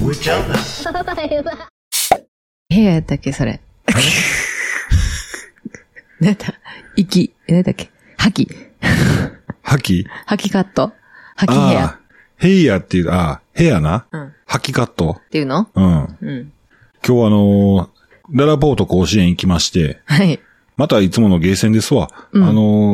部屋やったっけ、それ。何やった息、何だっけ吐き。 吐き吐きカット。吐き部屋。 ヘイヤっていう、部屋な。 うん。 吐きカット。 っていうの？ うん。 うん。 今日ララポート甲子園行きまして。 はい。 またいつものゲーセンですわ。 うん、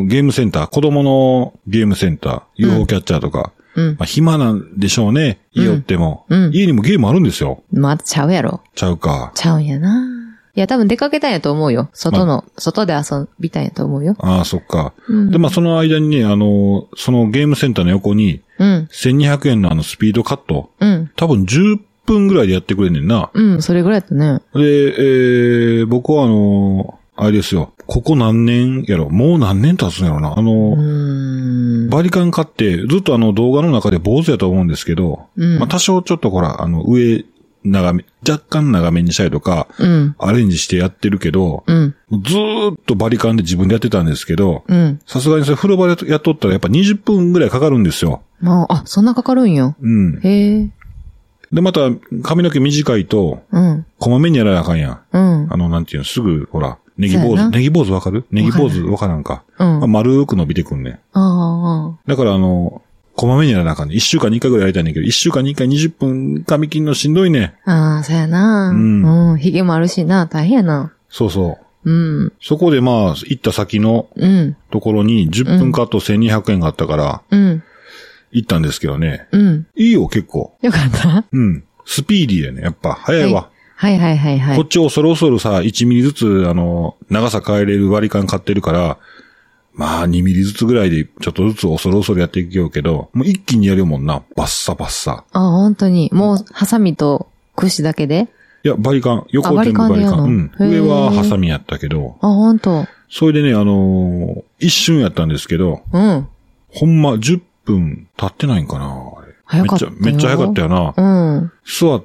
ゲームセンター、子供のゲームセンター、UFO キャッチャーとか。 うん。 まあ、暇なんでしょうね。家寄っても、 うん。 家にもゲームあるんですよ。 またちゃうやろ。 ちゃうか。 ちゃうんやな。いや、多分出かけたんやと思うよ。外で遊びたんやと思うよ。 ああ、そっか。 うん、 で、まあ、その間にね、そのゲームセンターの横に、 うん。 1200円のスピードカット。 うん。 多分10分ぐらいでやってくれんねんな。 うん、それぐらいだったね。 で、僕はあれですよ。ここ何年やろ？もう何年経つんやろな。バリカン買って、ずっと動画の中で坊主やと思うんですけど、うん、まあ多少ちょっとほら、上、若干長めにしたりとか、うん、アレンジしてやってるけど、うん、ずーっとバリカンで自分でやってたんですけど、さすがにそれ風呂場でやっとったらやっぱ20分ぐらいかかるんですよ。 そんなかかるんよ。 うん。 へえ。 で、また髪の毛短いと、うん、こまめにやらなあかんやん。うん。なんていうの、すぐ、ほら、ネギ坊主わかる？ネギ坊主わからんか。うん。丸く伸びてくんね。だから、こまめにやらなあかんね。1週間に1回ぐらいやりたいねんけど、1週間に1回20分髪切んのしんどいね。 そうやな。うん。うん。髭もあるしな、大変やな。 そうそう。うん。そこでまあ、行った先の、ところに10分カット1200円があったから、うん。行ったんですけどね。うん。いいよ、結構。 よかった？ うん。スピーディーやね。やっぱ、早いわ。 はいはいはいはい。 こっちをそろそろさ、1ミリずつ、長さ変えれる割り勘買ってるから、まあ、2ミリずつぐらいで、ちょっとずつ恐る恐るやっていくようけど、もう一気にやるもんな。バッサバッサ。 本当に。もう、ハサミと串だけで？ いや、バリカン。横全部バリカン。うん。上はハサミやったけど。 本当。 それでね、一瞬やったんですけど、うん。ほんま、10分経ってないんかな、あれ。 早かったよ。 めっちゃ早かったよな。うん。座って、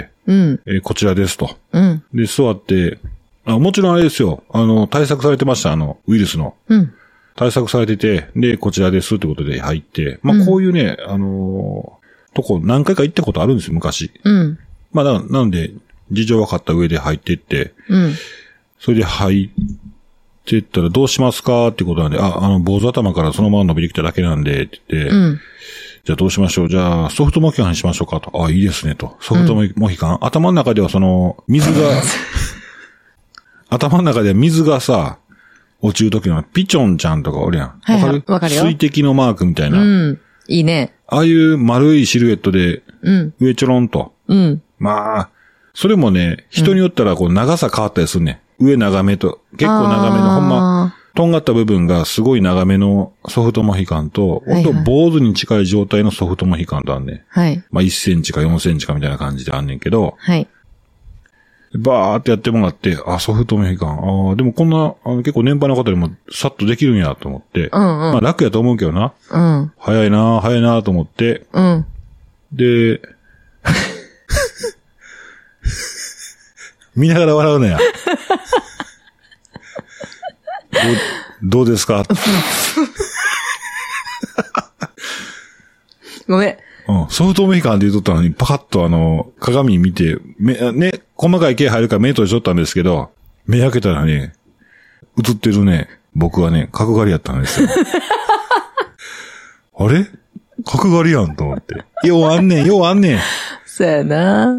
うん。こちらですと。うん。で、座って、もちろんあれですよ。対策されてました、ウイルスの。うん。対策されてて、で、こちらですってことで入って、まあ、こういうね、とこ何回か行ったことあるんですよ、昔。うん。まあ、なので、事情分かった上で入ってって、うん。それで入ってったらどうしますかってことなんで、坊主頭からそのまま伸びてきただけなんで、って言って、うん。じゃあどうしましょう。じゃあ、ソフトモヒカンにしましょうかと。いいですねと。ソフトモヒカン。うん、頭の中では水が、頭の中では水がさ、落ちるときのピチョンちゃんとかおるやん。 わかる？わかるよ。 水滴のマークみたいな。 うん。いいね。 ああいう丸いシルエットで、うん。上ちょろんと。うん。まあ、それもね、人によったらこう長さ変わったりするね。上長めと、結構長めのほんま、とんがった部分がすごい長めのソフトモヒカンと、ほんと坊主に近い状態のソフトモヒカンとあんねん。はい。まあ1センチか4センチかみたいな感じであんねんけど。はい。バーってやってもらって、ソフトモヒカン。でもこんな、結構年配の方でもさっとできるんやと思って。うんうん。まあ楽やと思うけどな。うん。早いなと思って。うん。で、見ながら笑うのや。どうですかごめん。 うん。ソフトモヒカンで言うとったのに、パカッと鏡見て、ね、細かい毛入るから目閉じとったんですけど、目開けたらね、映ってるね、僕はね、角刈りやったんですよ。あれ角刈りやんと思って。ようあんねん。 そうやな。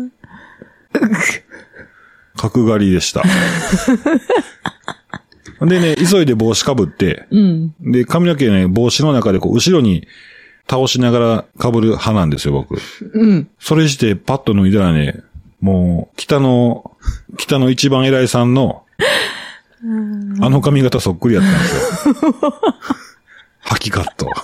角刈りでした。でね、急いで帽子かぶって、うん、で、髪の毛ね、帽子の中でこう、後ろに倒しながら被る派なんですよ、僕。うん。それしてパッと脱いだらね、もう、北の一番偉いさんの、髪型そっくりやったんですよ。吐きカット。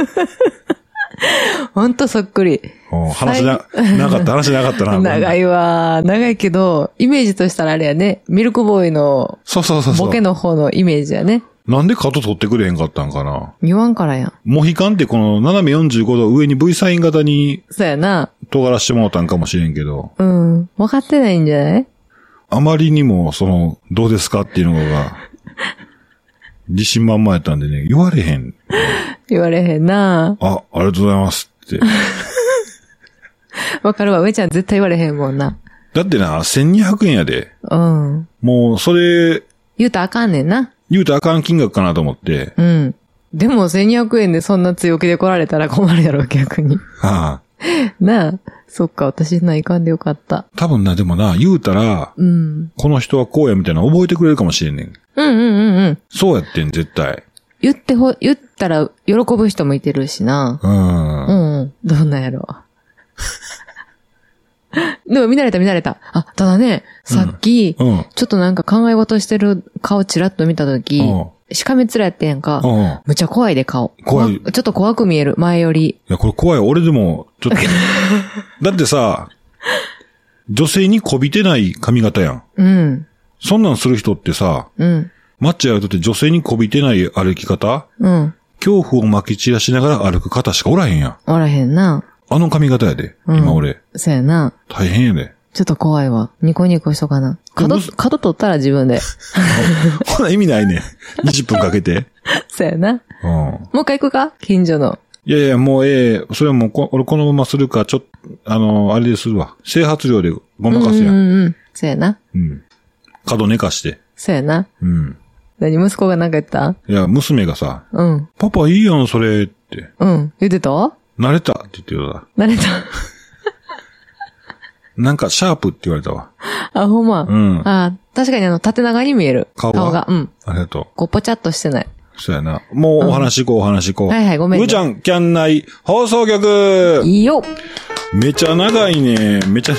ほんとそっくり。 話なかったな。 長いわ。長いけど、イメージとしたらあれやね。ミルクボーイの、ボケの方のイメージやね。 なんでカット取ってくれへんかったんかな。 言わんからやん。 モヒカンってこの斜め45度上に V サイン型に、 そうやな。 尖らしてもらったんかもしれんけど。 うん。分かってないんじゃない？ あまりにも、どうですかっていうのが、自信満々やったんでね、言われへん。 言われへんな。 ありがとうございますって。 わかるわ。上ちゃん絶対言われへんもんな。 だってな、1200円やで。 うん。 もう、それ、 言うたらあかんねんな。 言うたらあかん金額かなと思って。 うん。でも1200円でそんな強気で来られたら困るやろ、逆に。 はあ。 なあ。そっか、私ないかんでよかった。 多分な、でもな、言うたら、うん。この人はこうやみたいなの覚えてくれるかもしれんねん。 うんうんうんうん。 そうやってん、絶対。 言ったら喜ぶ人もいてるしな。うん。うん。どんなんやろ。でも見慣れた。あ、ただね、さっき、うん、ちょっとなんか考え事してる顔チラッと見たとき、しかめっ面やってんやんか。むっちゃ怖いで顔。怖い。ちょっと怖く見える、前より。 いや、これ怖い。俺でも、ちょっと。だってさ、女性にこびてない髪型やん。うん。そんなんする人ってさ、うん。マッチやるとって女性にこびてない歩き方うん。恐怖を撒き散らしながら歩く方しかおらへんやん。 おらへんな。 あの髪型やで、うん、今俺。 そうやな。 大変やで。 ちょっと怖いわ。ニコニコしとかな。角取ったら自分で。 ほな意味ないね。20分かけて。 そうやな。うん。もう一回行くか近所の。 いやいや、もうそれはもう俺このままするか、ちょっと、あれでするわ。整髪料でごまかすやん。うん。 そうやな。 うん。角寝かして。 そうやな。うん。何息子が何か言った？ いや、娘がさ、うん。パパいいやん、それって。 うん。言ってた？ 慣れたって言ってるわ。 慣れた。 なんか、シャープって言われたわ。 あ、ほんま。うん。あ、確かに縦長に見える。顔が。うん。 ありがとう。 こう、ぽちゃっとしてない。 そうやな。もうお話行こう。 はいはい、ごめんね。 うーちゃん、キャン内放送局いいよ。 めちゃ長いね。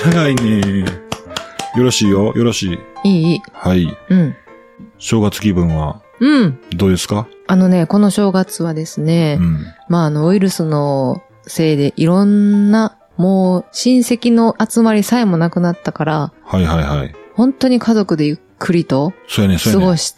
よろしいよ。よろしい。 いい。 はい。うん。正月気分はうん。どうですか？ この正月はですね、うん、まあウイルスのせいでいろんな、もう親戚の集まりさえもなくなったから、 はいはいはい。 本当に家族でゆっくりと、過ごして、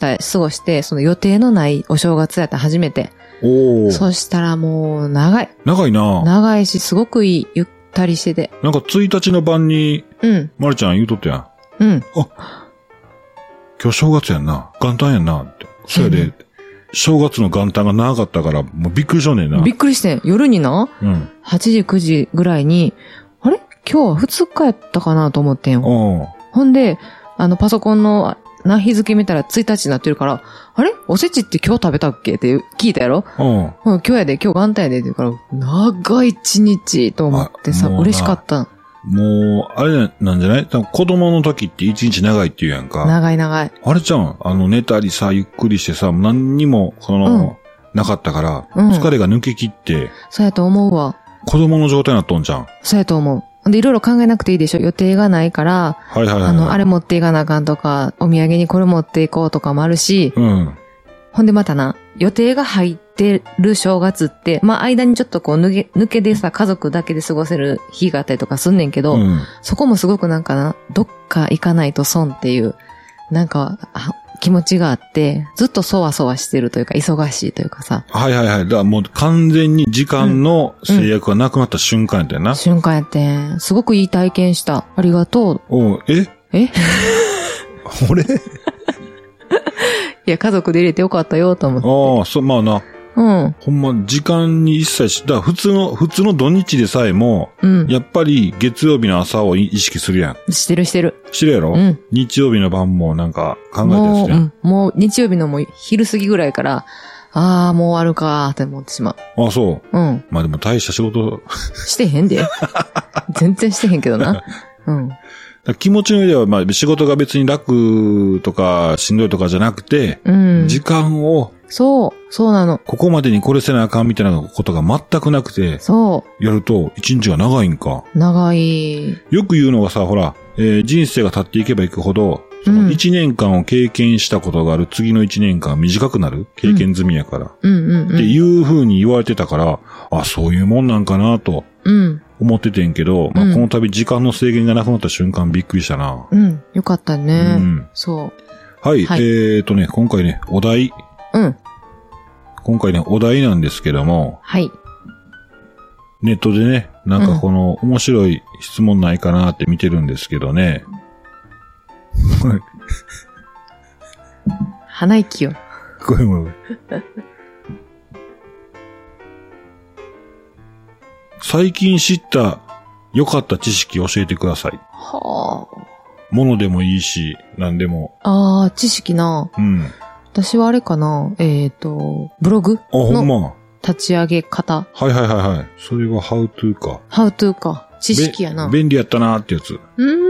その予定のないお正月やった初めて。おー。そしたらもう長いな。長いし、すごくいい、ゆったりしてて。 なんか1日の晩に、うん。まるちゃん言うとったやん。うん。あ、今日正月やんな。元旦やんな。って。それで、正月の元旦が長かったから、もうびっくりしょねんな。 びっくりしてん。夜にな、うん。8時、9時ぐらいに、あれ今日は2日やったかなと思ってんよ。ほんで、パソコンの日付見たら1日になってるから、あれおせちって今日食べたっけって聞いたやろ今日やで、今日元旦やでって言うから、長い1日と思ってさ、嬉しかった。 もう、あれなんじゃない？多分子供の時って1日長いって言うやんか。 長い。あれちゃん、寝たりさ、ゆっくりしてさ、何にも、なかったから、疲れが抜け切って、 そうやと思うわ。 子供の状態になっとんじゃん。 そうやと思う。で、いろいろ考えなくていいでしょ。予定がないから、はいはいはい、あれ持っていかなあかんとか、お土産にこれ持っていこうとかもあるし、うん。ほんでまたな、予定が入ってる正月って、まあ間にちょっとこう抜けでさ、家族だけで過ごせる日があったりとかすんねんけど、うん、そこもすごくなんかな、どっか行かないと損っていう、なんか、気持ちがあって、ずっとそわそわしてるというか、忙しいというかさ。 はいはいはい。だからもう完全に時間の制約がなくなった瞬間やったよな。 瞬間やってん。すごくいい体験した。ありがとう。 え俺いや、家族で入れてよかったよ、と思って。 ああ、まあな。うん。ほんま、時間に一切だから普通の土日でさえも、うん。やっぱり月曜日の朝を意識するやん。 してる。してるやろ？うん。日曜日の晩もなんか考えてるしやん。 もう日曜日のもう昼過ぎぐらいから、ああ、もう終わるかーって思ってしまう。 ああ、そう。うん。まあでも大した仕事してへんで。全然してへんけどな。うん。 気持ちの上では、まあ仕事が別に楽とかしんどいとかじゃなくて、うん、時間を、 そうなの。 ここまでにこれせなあかんみたいなことが全くなくて、やると一日が長いんか。 長い。 よく言うのがさ、ほら、人生が経っていけばいくほど、その1年間を経験したことがある次の1年間短くなる経験済みやから。っていう風に言われてたから、あ、そういうもんなんかなと。思っててんけど、まあ、この度時間の制限がなくなった瞬間びっくりしたな。 うん。よかったね。うん。そう。 はい。今回ね、お題。うん。今回ね、お題なんですけども。はい。ネットでね、なんかこの面白い質問ないかなって見てるんですけどね。 鼻息よ。 ごめん。最近知った良かった知識教えてください。 はあ。 ものでもいいし、何でも。 ああ、知識な。 うん。 私はあれかな。ブログの立ち上げ方。 はいはいはいはい。それは How to か。 How to か。知識やな。 便利やったなーってやつ。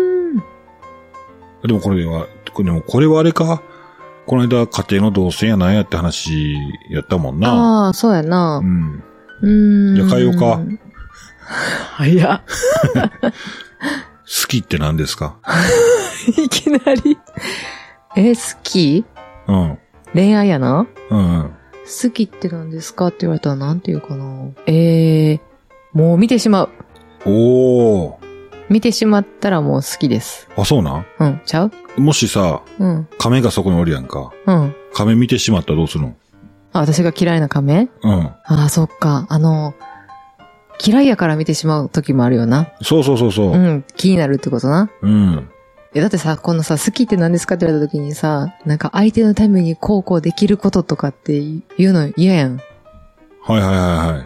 でもこれはあれか。この間家庭の同棲やなんやって話やったもんな。 ああ、そうやな。 じゃあ変えようか。 早っ。 好きって何ですか？ いきなり。好き？ うん。 恋愛やな？ うん。 好きって何ですかって言われたらなんて言うかな。もう見てしまう。 おー。 見てしまったらもう好きです。 あ、そうなん？ うん、ちゃう？ もしさ、亀がそこにおるやんか。亀見てしまったらどうするの？ あ、私が嫌いな亀？あ、そっか。嫌いやから見てしまう時もあるよな。 そう。 気になるってことな。だってさ、このさ、好きって何ですかって言われた時にさ、なんか相手のためにこうできることとかって言うの嫌やん。 はい。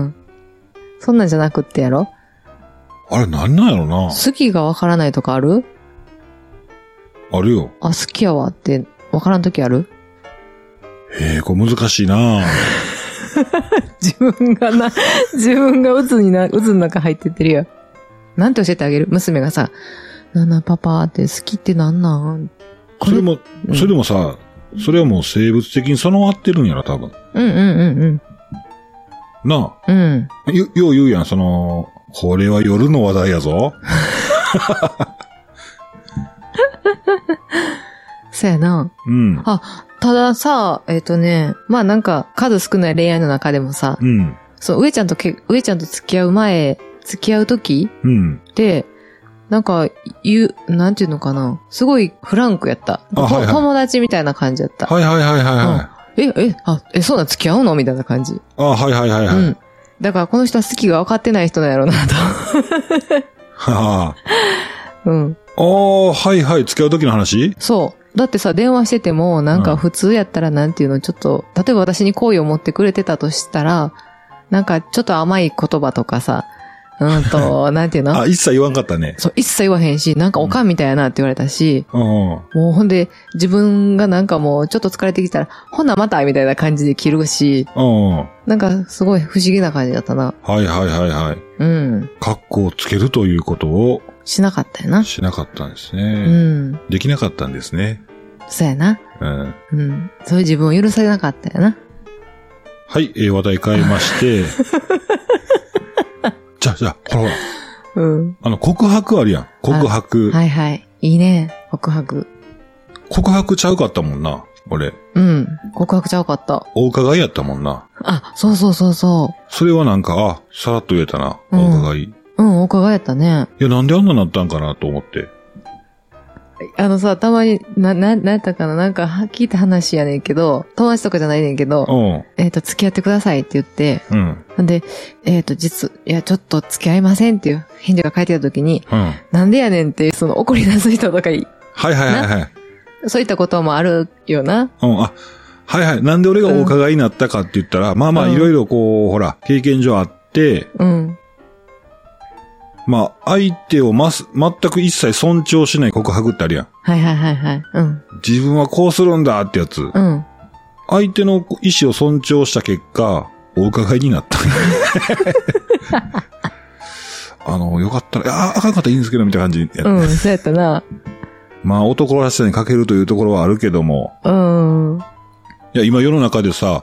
そんなんじゃなくってやろ？ あれなんなんやろな。 好きがわからないとかある？ あるよ。 あ、好きやわってわからん時ある？ これ難しいな自分が渦の中入ってってるよ。なんて教えてあげる？娘がさ、パパって好きってなんなん？ それでもさ、それはもう生物的に備わってるんやろ、多分。なあ。よう言うやん、これは夜の話題やぞ。 そうやな。たださ、まあなんか数少ない恋愛の中でもさ、そう、上ちゃんと付き合う時で、なんか、なんていうのかな。すごいフランクやった。友達みたいな感じやった。 はい。 そうなん付き合うのみたいな感じ。 はい。 だからこの人は好きが分かってない人なんやろうなと。 はい、付き合う時の話？ そう。だってさ、電話してても、なんか普通やったらなんていうの、ちょっと、例えば私に好意を持ってくれてたとしたら、なんかちょっと甘い言葉とかさ、なんていうの？ 一切言わんかったね。 そう、一切言わへんし、なんかおかんみたいなって言われたし、もうほんで、自分がなんかもうちょっと疲れてきたら、ほなまたみたいな感じで切るし、なんかすごい不思議な感じだったな。 はい。カッコをつけるということを、 しなかったよな。 しなかったんですね。できなかったんですね。 そうやな。そういう自分を許されなかったよな。 はい、話題変えまして、じゃあ、ほら。告白あるやん。告白。 はい。いいね。告白。 告白ちゃうかったもんな、俺。 告白ちゃうかった。 お伺いやったもんな。 あ、そう。 それはなんか、さらっと言えたな、お伺い。 お伺いやったね。 いや、なんであんななったんかなと思って。 さ、たまに、なんやったかな、なんか、聞いた話やねんけど、友達とかじゃないねんけど、付き合ってくださいって言って、で、ちょっと付き合いませんっていう返事が返ってきた時に、なんでやねんって、怒り出す人とかはい。そういったこともあるよな。 なんで俺がお伺いになったかって言ったら、いろいろこう、ほら、経験上あって、相手を全く一切尊重しない告白ってあるやん。自分はこうするんだってやつ。相手の意思を尊重した結果、お伺いになった。よかったら、あかんかったらいいんですけど、みたいな感じやった。 そうやったな。 男らしさに欠けるというところはあるけども。いや、今世の中でさ、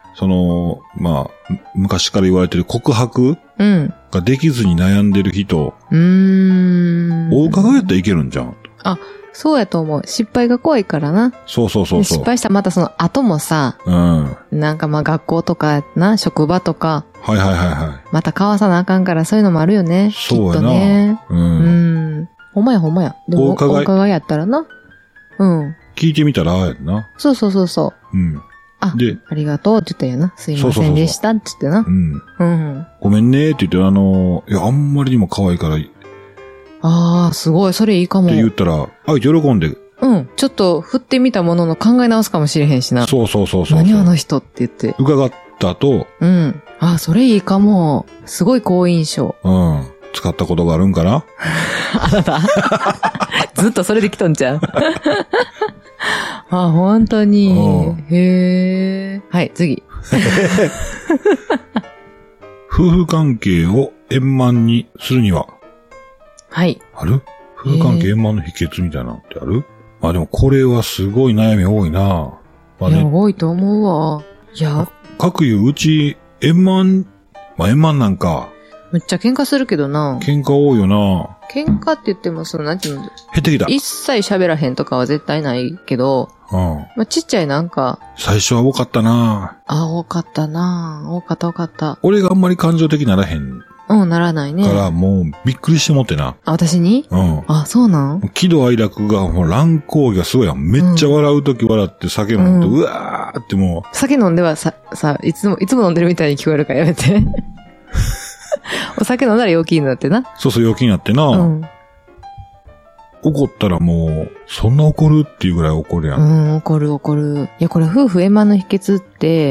昔から言われてる告白ができずに悩んでる人、お伺いやったらいけるんじゃん。 あ、そうやと思う。失敗が怖いからな。 そう。 失敗したらまたその後もさ、なんか学校とか職場とか、また交わさなあかんからそういうのもあるよね。 そうやな。 ほんまや。でもお伺いやったらな。 聞いてみたらああやんな。 そう。ありがとうって言ったよな。すいませんでしたって言ってな。 ごめんねって言って、いや、あんまりにも可愛いから。 すごい。それいいかも。 って言ったら、喜んで。 ちょっと振ってみたものの考え直すかもしれへんしな。 そう。 何あの人って言って。 伺った後。 それいいかも。すごい好印象。 疲使ったことがあるんかなあなたずっとそれで来とんちゃうあ、本当に。へえ。はい、次。 夫婦関係を円満にするには。 はい。 ある？夫婦関係円満の秘訣みたいなのってある？まあでもこれはすごい悩み多いな。 まあね、いや、多いと思うわ。いや。 各いううち、円満なんか。 めっちゃ喧嘩するけどな。 喧嘩多いよな。 喧嘩って言っても、なんていうの？ 減ってきた。 一切喋らへんとかは絶対ないけど、まあ、ちっちゃいなんか。 最初は多かったな。 多かったな。多かった。 俺があんまり感情的ならへん。 ならないね。 から、もう、びっくりしてもってな。 私に？そうなん？ 喜怒哀楽が、もう乱高下がすごいやん。めっちゃ笑うとき笑って酒飲むと、うわーってもう。 酒飲んではさ、いつも飲んでるみたいに聞こえるからやめて。お酒飲んだら陽気になってな。 そう、陽気になってな。怒ったらもう、そんな怒るっていうぐらい怒るやん。 怒る。いや、これ夫婦円満の秘訣って、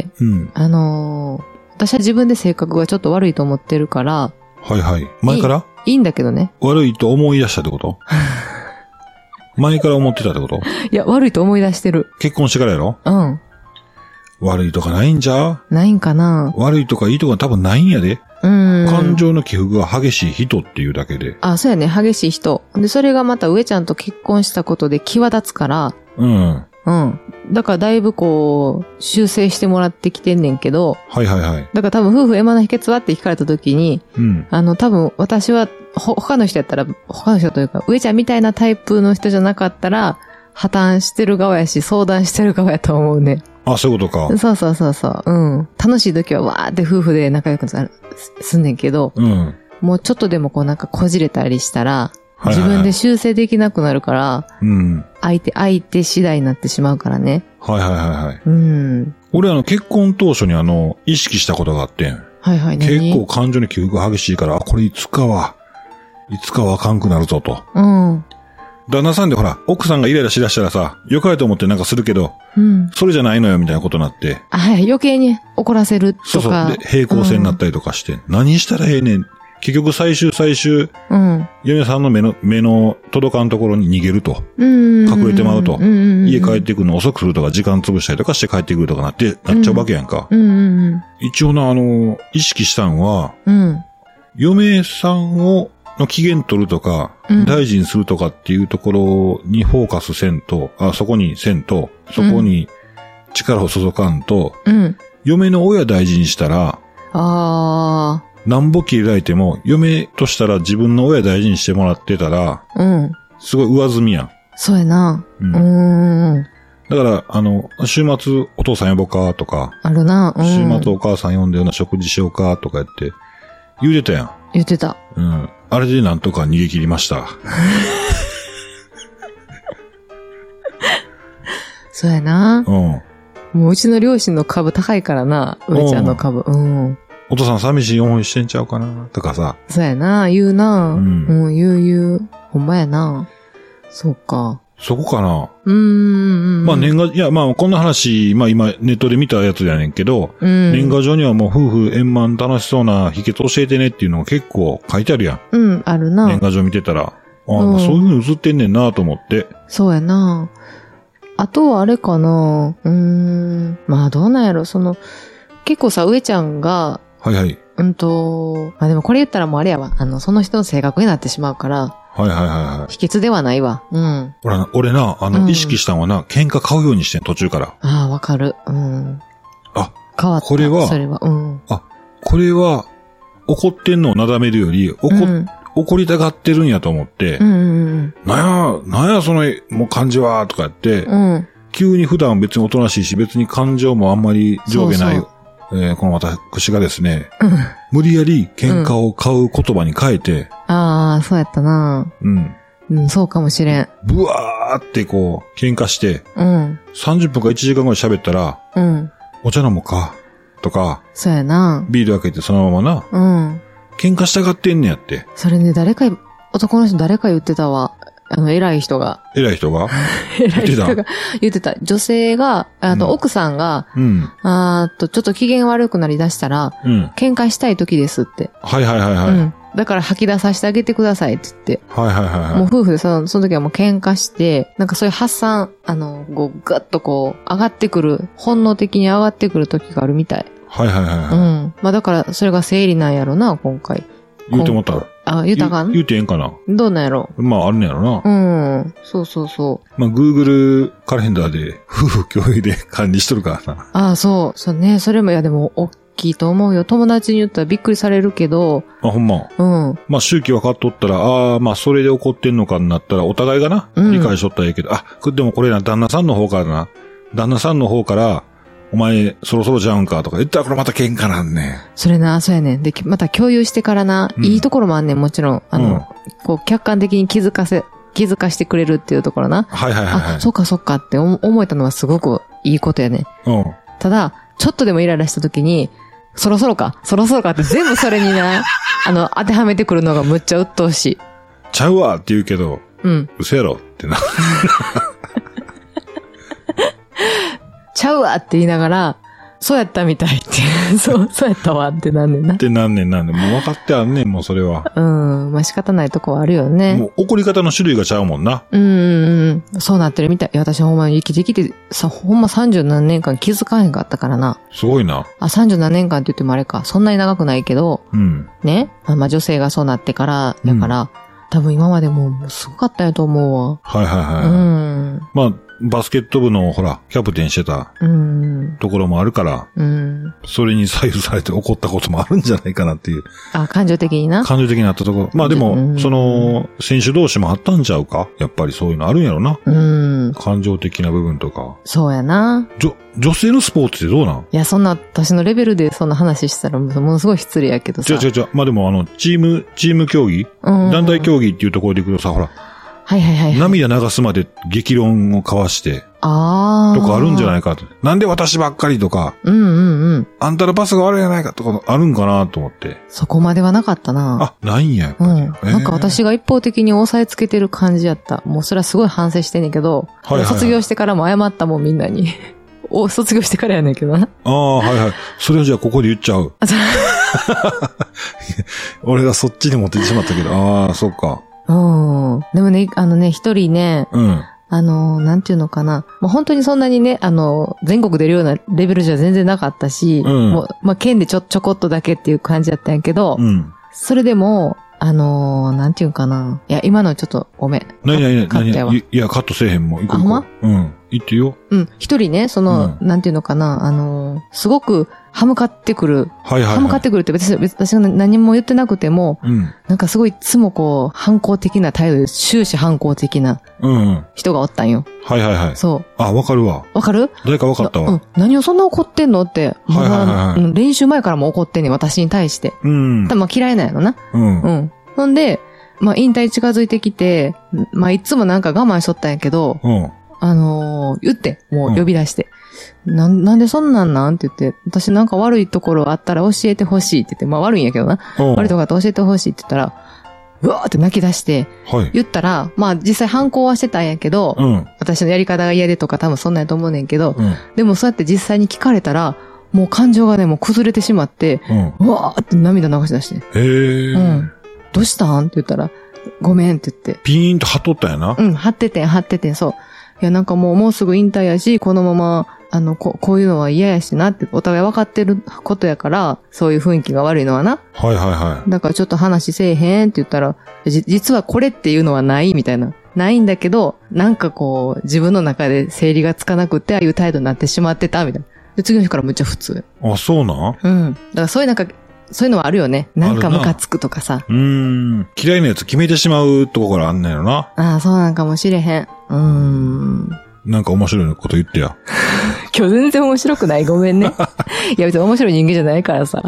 私は自分で性格がちょっと悪いと思ってるから。 はいはい。前から？ いいんだけどね。 悪いと思い出したってこと前から思ってたってこと？ いや、悪いと思い出してる。 結婚してからやろ？悪いとかないんじゃ？ ないんかな？ 悪いとかいいとか多分ないんやで。感情の起伏が激しい人っていうだけで。 そうやね、激しい人。で、それがまた上ちゃんと結婚したことで際立つから。だからだいぶ修正してもらってきてんねんけど。 はい。だから多分夫婦円満の秘訣はって聞かれた時に、多分私は他の人やったら、他の人というか、上ちゃんみたいなタイプの人じゃなかったら、破綻してる側やし、相談してる側やと思うね。 そういうことか。 そう。楽しい時はわーって夫婦で仲良くすんねんけど、もうちょっとでもなんかこじれたりしたら、自分で修正できなくなるから、相手次第になってしまうからね。 はい。俺結婚当初に意識したことがあってん。結構感情の起伏が激しいから、これいつかはあかんくなるぞと。旦那さんでほら、奥さんがイライラしだしたらさ、良かれと思ってなんかするけど、それじゃないのよみたいなことになって。 余計に怒らせるとか。 そう。で、平行線になったりとかして、何したらええねん。結局最終、嫁さんの目の届かんところに逃げると。隠れてまうと。家帰ってくるの遅くするとか、時間潰したりとかして帰ってくるとかなっちゃうわけやんか。一応意識したんは、嫁さんの機嫌取るとか、大事にするとかっていうところにフォーカスせんと、そこに力を注かんと、嫁の親大事にしたら、なんぼ切れられても、嫁としたら自分の親大事にしてもらってたら、すごい上積みやん。 そうやな。 だから、週末お父さん呼ぼうかとか、 あるな。 週末お母さん呼んで食事しようかとか言って、言うてたやん。 言ってた。 あれでなんとか逃げ切りました。 そうやな。もううちの両親の株高いからな、上ちゃんの株。 お父さん寂しい思いしてんちゃうかなとかさ。 そうやな、言うな。言う。ほんまやな。そうか。 そこかな。年賀、こんな話、今ネットで見たやつやねんけど、年賀状にはもう夫婦円満楽しそうな秘訣教えてねっていうのが結構書いてあるやん。 あるな。 年賀状見てたら。そういう風に映ってんねんなと思って。 そうやな。あとはあれかな。どうなんやろ。結構さ、上ちゃんが、でもこれ言ったらもうあれやわ。その人の性格になってしまうから。秘訣ではないわ。 俺な、意識したんはな、喧嘩買うようにしてん、途中から。 わかる。変わった。 これは、これは、怒ってんのをなだめるより、怒りたがってるんやと思って、なんや、その、もう感じは、とか言って、急に普段別におとなしいし、別に感情もあんまり上下ない、この私がですね、無理やり喧嘩を買う言葉に変えて、 そうやったな。そうかもしれん。 ブワーって喧嘩して、30分か1時間ぐらい喋ったら、お茶飲もうか、とか、 そうやな。 ビール開けてそのままな、喧嘩したがってんねやって。 それね、男の人誰か言ってたわ。偉い人が言ってた。女性が、奥さんが、ちょっと機嫌悪くなりだしたら、喧嘩したい時ですって。 だから吐き出させてあげてくださいって言って。 はいはいはい、はい。 もう夫婦でその時はもう喧嘩して、なんかそういう発散、ガッとこう、上がってくる、本能的に上がってくる時があるみたい。 はいはいはい、はい。 うん。まあだから、それが生理なんやろな、今回。 言うてもった。 言うたかん？ 言うてええんかな？ どうなんやろ？ まあ、あるんやろな。 うん。そうそうそう。 まあ、Google カレンダーで、夫婦共有で管理しとるからな。 ああ、そう。そうね。それも、いやでも、大きいと思うよ。友達に言ったらびっくりされるけど。 あ、ほんま。 うん。 まあ、周期分かっとったら、まあ、それで怒ってんのかになったら、お互いがな、理解しとったらいいけど、でもこれな、旦那さんの方から、お前、そろそろじゃうんかとか言ったらこれまた喧嘩なんね。 それな、そうやねん。で、また共有してからな、いいところもあんねん、もちろん。こう、客観的に気づかしてくれるっていうところな。 はいはいはい、はい。 あ、そっかそっかって思えたのはすごくいいことやね。 うん。 ただ、ちょっとでもイライラした時に、そろそろかって全部それにな、当てはめてくるのがむっちゃ鬱陶しい。 ちゃうわって言うけど、 うん。 嘘やろってな。 ちゃうわって言いながら、そうやったみたいって。そうやったわってなんねんな。 ってなんねん。もう分かってあんねん、もうそれは。 まあ仕方ないとこはあるよね。 もう怒り方の種類がちゃうもんな。 そうなってるみたい。いや、私ほんまに生きてきて、ほんま30何年間気づかへんかったからな。 すごいな。 30何年間って言ってもあれか。そんなに長くないけど。 うん。 ね。まあ女性がそうなってから、だから、多分今までもうすごかったんやと思うわ。 はいはいはい。まあ、バスケット部のほら、キャプテンしてたところもあるから、それに左右されて怒ったこともあるんじゃないかなっていう。 感情的にな。 感情的になったところ。まあでも、選手同士もあったんちゃうか？やっぱりそういうのあるんやろな。感情的な部分とか。 そうやな。 女性のスポーツってどうなん？ いや、そんな、私のレベルでそんな話したらものすごい失礼やけどさ。 違う。まあでもチーム競技、団体競技っていうところでいくとさ、ほら、 はい。 涙流すまで激論を交わして、とかあるんじゃないかと。なんで私ばっかりとか、あんたのパスが悪いじゃないかとかあるんかなと思って。 そこまではなかったな。 ないんや、やっぱり。 なんか私が一方的に押さえつけてる感じやった。もうそれはすごい反省してんねんけど、卒業してからも謝ったもんみんなに。卒業してからやねんけどな。 はいはい。それをじゃあここで言っちゃう。俺がそっちに持ってってしまったけど、そうか。 でもね、一人ね、なんていうのかな。もう本当にそんなにね、全国出るようなレベルじゃ全然なかったし、もう、まあ、県でちょこっとだけっていう感じだったんやけど、それでも、なんていうかな。いや、今のちょっとごめん。 何いや、カットせえへんもん。 ほんま？ 言ってよ。 一人ね、なんていうのかな、すごく、歯向かってくる。歯向かってくるって私が何も言ってなくても、なんかすごいいつもこう、反抗的な態度で、終始反抗的な人がおったんよ。 はい。 そう。 わかるわ。 わかる？ 誰かわかったわ。 何をそんな怒ってんのって、練習前からも怒ってんねん、私に対して。多分嫌いなんやろな。ほんで、まあ引退近づいてきて、まあいつもなんか我慢しとったんやけど、言って、もう呼び出して。なんでそんなんなんって言って、私なんか悪いところあったら教えてほしいって言って、まあ悪いんやけどな。悪いところあったら教えてほしいって言ったら、うわーって泣き出して、言ったら、まあ実際反抗はしてたんやけど、私のやり方が嫌でとか多分そんなんやと思うねんけど、でもそうやって実際に聞かれたら、もう感情がね、もう崩れてしまって、うわーって涙流し出して。どうしたんって言ったら、ごめんって言って。 ピーンと張っとったんやな。 張っててん、そう。いや、なんかもうすぐ引退やし、このまま、こういうのは嫌やしなって、お互い分かってることやから、そういう雰囲気が悪いのはな。だからちょっと話せえへんって言ったら、実はこれっていうのはないみたいな。ないんだけど、なんかこう、自分の中で整理がつかなくて、ああいう態度になってしまってた、みたいな。で、次の日からむっちゃ普通。 そうなん？ だからそういうのはあるよね。なんかムカつくとかさ。 嫌いなやつ決めてしまうところあんねんよな。 そうなんかもしれへん。 なんか面白いこと言ってや。 今日全然面白くない？ごめんね。いや別に面白い人間じゃないからさ。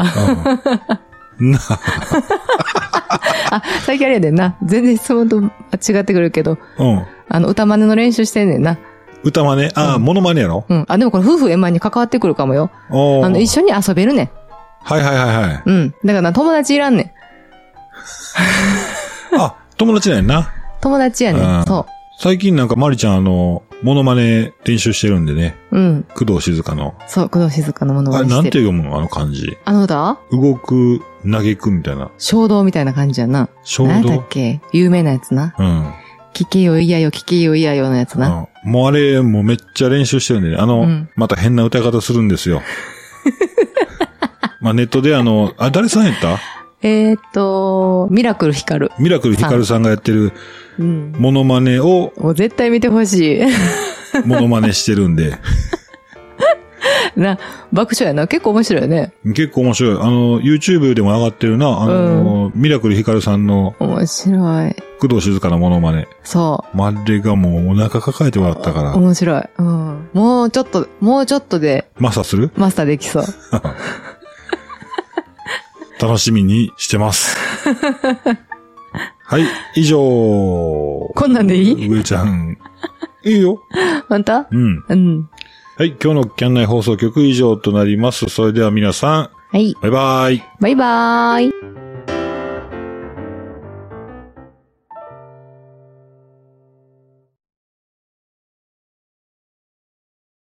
最近あれやでんな。全然質問と違ってくるけど。歌真似の練習してんねんな。 歌真似？モノマネやろ？ でもこれ夫婦円満に関わってくるかもよ。一緒に遊べるねん。 はい。 だから友達いらんねん。 友達なんやな。 友達やねん。そう。 最近なんかマリちゃんモノマネ練習してるんでね。 うん。 工藤静香の。 そう、工藤静香のモノマネしてる。 あれなんて読むのあの漢字。 だ動く、嘆くみたいな。 衝動みたいな感じやな。 衝動？ 何だっけ？有名なやつな。 うん。 聞けよいやよ、聞けよいやよのやつな。 もうあれ、もうめっちゃ練習してるんでね。また変な歌い方するんですよ。まあネットで誰さんやった？ ミラクルヒカル。 ミラクルヒカルさんがやってる、モノマネを、 もう絶対見てほしい。 モノマネしてるんで。 爆笑やな。結構面白いよね。 結構面白い。YouTube でも上がってるな。ミラクルヒカルさんの。 面白い。 工藤静香のモノマネ。 そう。 あれがもうお腹抱えて笑ったから。 面白い。うん。もうちょっとで。 マスターする？ マスターできそう。 楽しみにしてます。はい、以上。こんなんでいい？ 上ちゃん。いいよ。 本当？ うん。 うん。 はい、今日のキャンナイ放送局以上となります。それでは皆さん。 はい。 バイバイ。 バイバーイ。